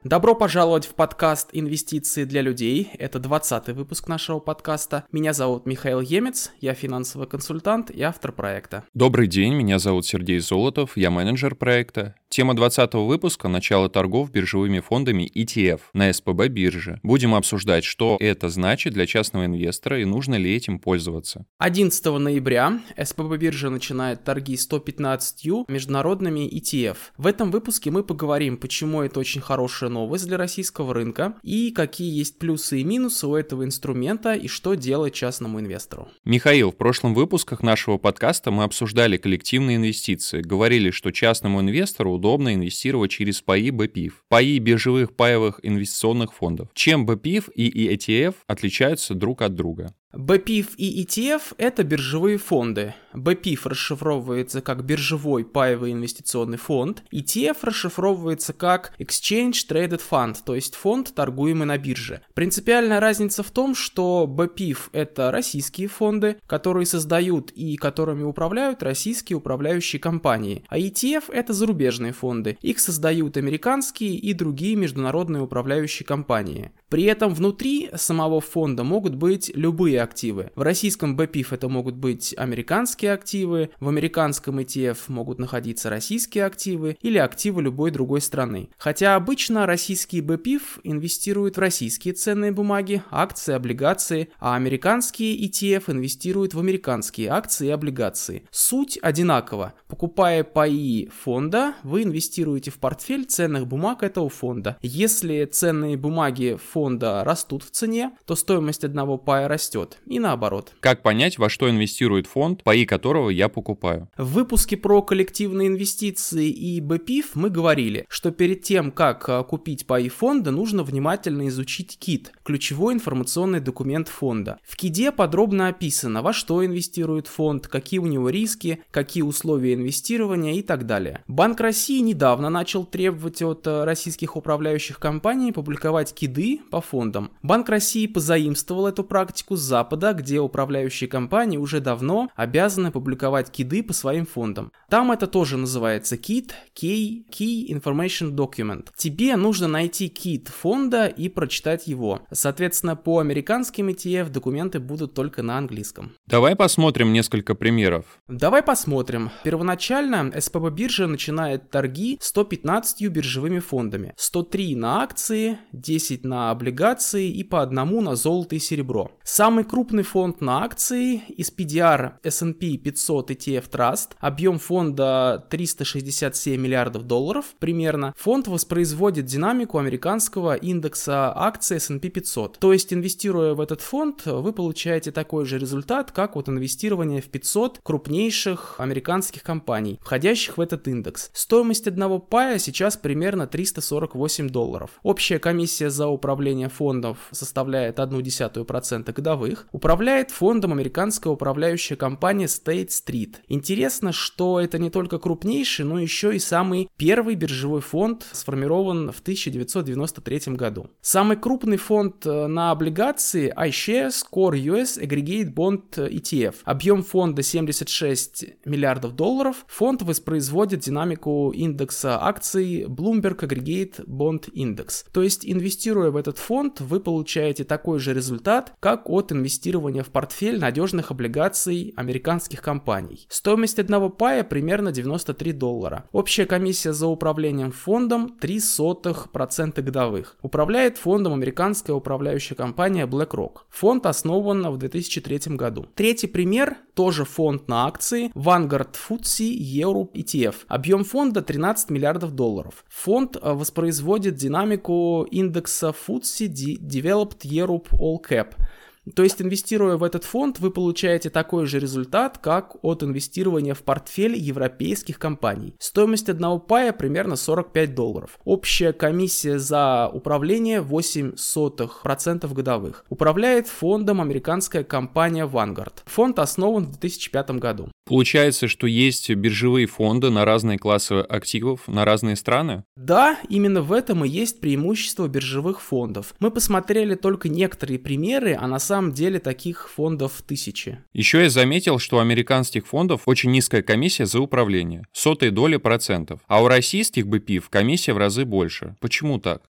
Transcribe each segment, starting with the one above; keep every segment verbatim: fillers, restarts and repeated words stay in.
Добро пожаловать в подкаст «Инвестиции для людей». Это двадцатый выпуск нашего подкаста. Меня зовут Михаил Емец, я финансовый консультант и автор проекта. Добрый день, меня зовут Сергей Золотов, я менеджер проекта. Тема двадцатого выпуска – начало торгов биржевыми фондами и ти эф на эс пэ бэ бирже. Будем обсуждать, что это значит для частного инвестора и нужно ли этим пользоваться. одиннадцатого ноября эс пэ бэ биржа начинает торги сто пятнадцатью международными и ти эф. В этом выпуске мы поговорим, почему это очень хорошая новость для российского рынка и какие есть плюсы и минусы у этого инструмента и что делать частному инвестору. Михаил, в прошлом выпусках нашего подкаста мы обсуждали коллективные инвестиции. Говорили, что частному инвестору удобно инвестировать через паи бэ пи эф, паи биржевых паевых инвестиционных фондов. Чем бэ пи эф и и ти эф отличаются друг от друга? бэ пи эф и и ти эф – это биржевые фонды. бэ пи эф расшифровывается как биржевой паевый инвестиционный фонд, и ти эф расшифровывается как Exchange Traded Fund, то есть фонд, торгуемый на бирже. Принципиальная разница в том, что бэ пи эф – это российские фонды, которые создают и которыми управляют российские управляющие компании, а и ти эф – это зарубежные фонды. Их создают американские и другие международные управляющие компании. При этом внутри самого фонда могут быть любые активы. В российском бэ пи эф это могут быть американские активы, в американском и ти эф могут находиться российские активы или активы любой другой страны. Хотя обычно российские бэ пи эф инвестируют в российские ценные бумаги, акции, облигации, а американские и ти эф инвестируют в американские акции и облигации. Суть одинакова. Покупая паи фонда, вы инвестируете в портфель ценных бумаг этого фонда. Если ценные бумаги фонда растут в цене, то стоимость одного пая растет. И наоборот. Как понять, во что инвестирует фонд, паи которого я покупаю? В выпуске про коллективные инвестиции и бэ пи эф мы говорили, что перед тем, как купить паи фонда, нужно внимательно изучить кит, ключевой информационный документ фонда. В киде подробно описано, во что инвестирует фонд, какие у него риски, какие условия инвестирования и так далее. Банк России недавно начал требовать от российских управляющих компаний публиковать киды по фондам. Банк России позаимствовал эту практику с Запада, где управляющие компании уже давно обязаны публиковать киды по своим фондам. Там это тоже называется кит, Key, Key Information Document. Тебе нужно найти кит фонда и прочитать его. Соответственно, по американским и ти эф документы будут только на английском. Давай посмотрим несколько примеров. Давай посмотрим. Первоначально эс пэ бэ биржа начинает торги сто пятнадцатью биржевыми фондами. сто три на акции, десять на облигации и по одному на золото и серебро. Самый крупный фонд на акции из пи ди ар эс энд пи пятьсот и ти эф Trust, объем фонда триста шестьдесят семь миллиардов долларов примерно. Фонд воспроизводит динамику американского индекса акций эс энд пи пятьсот. То есть, инвестируя в этот фонд, вы получаете такой же результат, как от инвестирования в пятьсот крупнейших американских компаний, входящих в этот индекс. Стоимость одного пая сейчас примерно триста сорок восемь долларов. Общая комиссия за управление фондов составляет одну десятую процента годовых. Управляет фондом американская управляющая компания State Street. Интересно, что это не только крупнейший, но еще и самый первый биржевой фонд, сформирован в тысяча девятьсот девяносто третьем году. Самый крупный фонд на облигации iShares Core ю эс Aggregate Bond и ти эф. Объем фонда семьдесят шесть миллиардов долларов. Фонд воспроизводит динамику индекса акций Bloomberg Aggregate Bond Index. То есть, инвестируя в этот фонд, вы получаете такой же результат, как от инвестирования в портфель надежных облигаций американских компаний. Стоимость одного пая примерно девяносто три доллара. Общая комиссия за управлением фондом три сотых процента годовых. Управляет фондом американская управляющая компания BlackRock. Фонд основан в две тысячи третьем году. Третий пример, тоже фонд на акции Vanguard эф ти эс и Europe и ти эф. Объем фонда тринадцать миллиардов долларов. Фонд воспроизводит динамику индекса эф ти эс Developed Europe All Cap. То есть, инвестируя в этот фонд, вы получаете такой же результат, как от инвестирования в портфель европейских компаний. Стоимость одного пая примерно сорок пять долларов. Общая комиссия за управление восемь сотых процента годовых. Управляет фондом американская компания Vanguard. Фонд основан в две тысячи пятом году. Получается, что есть биржевые фонды на разные классы активов, на разные страны? Да, именно в этом и есть преимущество биржевых фондов. Мы посмотрели только некоторые примеры, а на самом деле таких фондов тысячи. Еще я заметил, что у американских фондов очень низкая комиссия за управление, сотые доли процентов, а у российских бэ пи эф комиссия в разы больше. Почему так?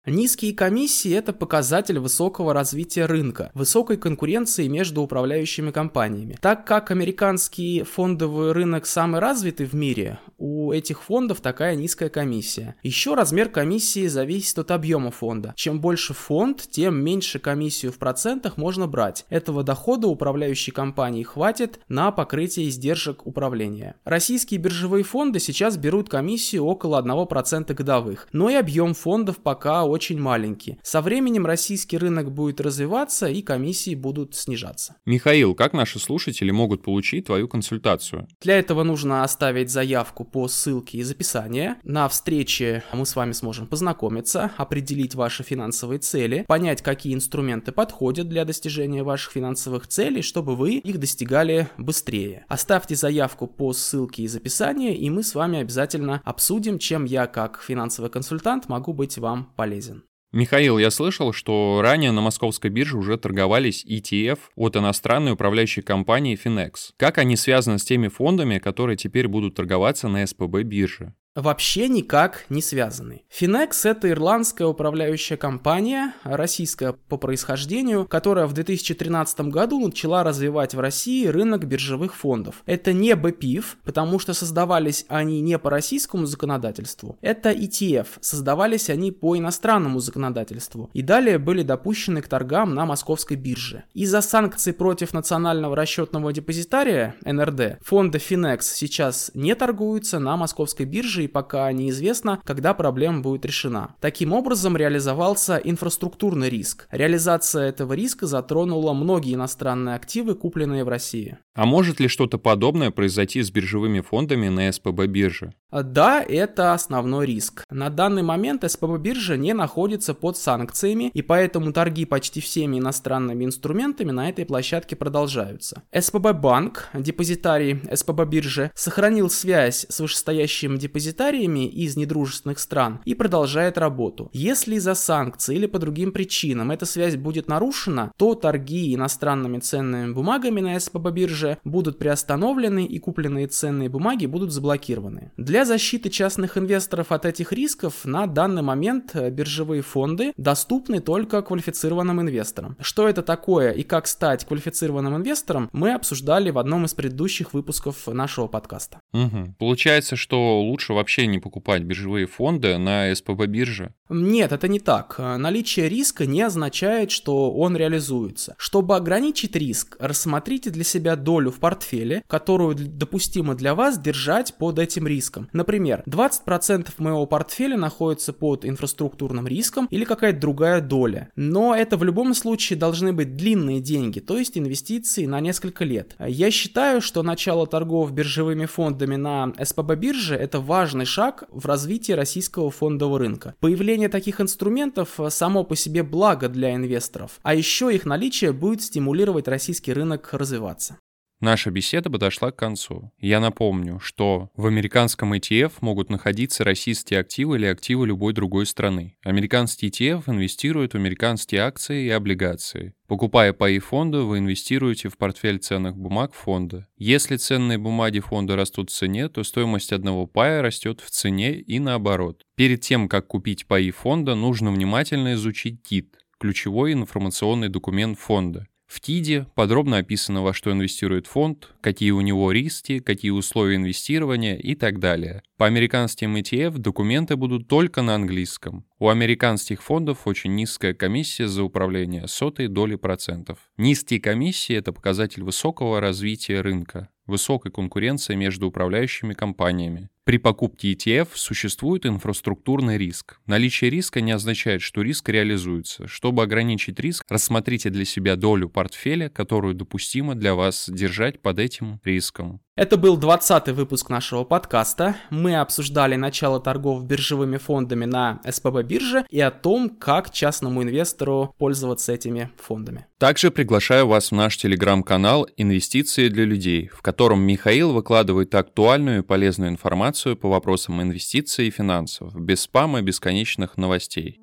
Низкие комиссии – это показатель высокого развития рынка, высокой конкуренции между управляющими компаниями. Так как американский фондовый рынок самый развитый в мире, у этих фондов такая низкая комиссия. Еще размер комиссии зависит от объема фонда. Чем больше фонд, тем меньше комиссию в процентах можно брать. Этого дохода управляющей компании хватит на покрытие издержек управления. Российские биржевые фонды сейчас берут комиссию около одного процента годовых, но и объем фондов пока очень маленький. Со временем российский рынок будет развиваться и комиссии будут снижаться. Михаил, как наши слушатели могут получить твою консультацию? Для этого нужно оставить заявку по ссылке из описания. На встрече мы с вами сможем познакомиться, определить ваши финансовые цели, понять, какие инструменты подходят для достижения ваших финансовых целей, чтобы вы их достигали быстрее. Оставьте заявку по ссылке из описания, и мы с вами обязательно обсудим, чем я, как финансовый консультант, могу быть вам полезен. Михаил, я слышал, что ранее на московской бирже уже торговались и ти эф от иностранной управляющей компании Finex. Как они связаны с теми фондами, которые теперь будут торговаться на эс пэ бэ бирже? Вообще никак не связаны. Finex – это ирландская управляющая компания, российская по происхождению, которая в две тысячи тринадцатом году начала развивать в России рынок биржевых фондов. Это не бэ пи эф, потому что создавались они не по российскому законодательству. Это и ти эф, создавались они по иностранному законодательству. И далее были допущены к торгам на московской бирже. Из-за санкций против национального расчетного депозитария, эн эр дэ, фонды Finex сейчас не торгуются на московской бирже, и пока неизвестно, когда проблема будет решена. Таким образом, реализовался инфраструктурный риск. Реализация этого риска затронула многие иностранные активы, купленные в России. А может ли что-то подобное произойти с биржевыми фондами на эс пэ бэ бирже? Да, это основной риск. На данный момент эс пэ бэ биржа не находится под санкциями, и поэтому торги почти всеми иностранными инструментами на этой площадке продолжаются. эс пэ бэ банк, депозитарий эс пэ бэ биржи, сохранил связь с вышестоящими депозитариями из недружественных стран и продолжает работу. Если из-за санкций или по другим причинам эта связь будет нарушена, то торги иностранными ценными бумагами на эс пэ бэ бирже будут приостановлены и купленные ценные бумаги будут заблокированы. Для защиты частных инвесторов от этих рисков на данный момент биржевые фонды доступны только квалифицированным инвесторам. Что это такое и как стать квалифицированным инвестором, мы обсуждали в одном из предыдущих выпусков нашего подкаста. Угу. Получается, что лучше вообще не покупать биржевые фонды на эс пэ бэ бирже? Нет, это не так. Наличие риска не означает, что он реализуется. Чтобы ограничить риск, рассмотрите для себя долю в портфеле, которую допустимо для вас держать под этим риском. Например, двадцать процентов моего портфеля находится под инфраструктурным риском или какая-то другая доля. Но это в любом случае должны быть длинные деньги, то есть инвестиции на несколько лет. Я считаю, что начало торгов биржевыми фондами на эс пэ бэ бирже – это важный шаг в развитии российского фондового рынка. Появление таких инструментов само по себе благо для инвесторов, а еще их наличие будет стимулировать российский рынок развиваться. Наша беседа подошла к концу. Я напомню, что в американском и ти эф могут находиться российские активы или активы любой другой страны. Американский и ти эф инвестирует в американские акции и облигации. Покупая паи фонда, вы инвестируете в портфель ценных бумаг фонда. Если ценные бумаги фонда растут в цене, то стоимость одного пая растет в цене и наоборот. Перед тем, как купить паи фонда, нужно внимательно изучить КИД – ключевой информационный документ фонда. В КИДе подробно описано, во что инвестирует фонд, какие у него риски, какие условия инвестирования и так далее. По американским и ти эф документы будут только на английском. У американских фондов очень низкая комиссия за управление, сотой доли процентов. Низкие комиссии – это показатель высокого развития рынка, высокой конкуренции между управляющими компаниями. При покупке и ти эф существует инфраструктурный риск. Наличие риска не означает, что риск реализуется. Чтобы ограничить риск, рассмотрите для себя долю портфеля, которую допустимо для вас держать под этим риском. Это был двадцатый выпуск нашего подкаста. Мы обсуждали начало торгов биржевыми фондами на эс пэ бэ бирже и о том, как частному инвестору пользоваться этими фондами. Также приглашаю вас в наш телеграм-канал «Инвестиции для людей», в котором Михаил выкладывает актуальную и полезную информацию по вопросам инвестиций и финансов, без спама и бесконечных новостей.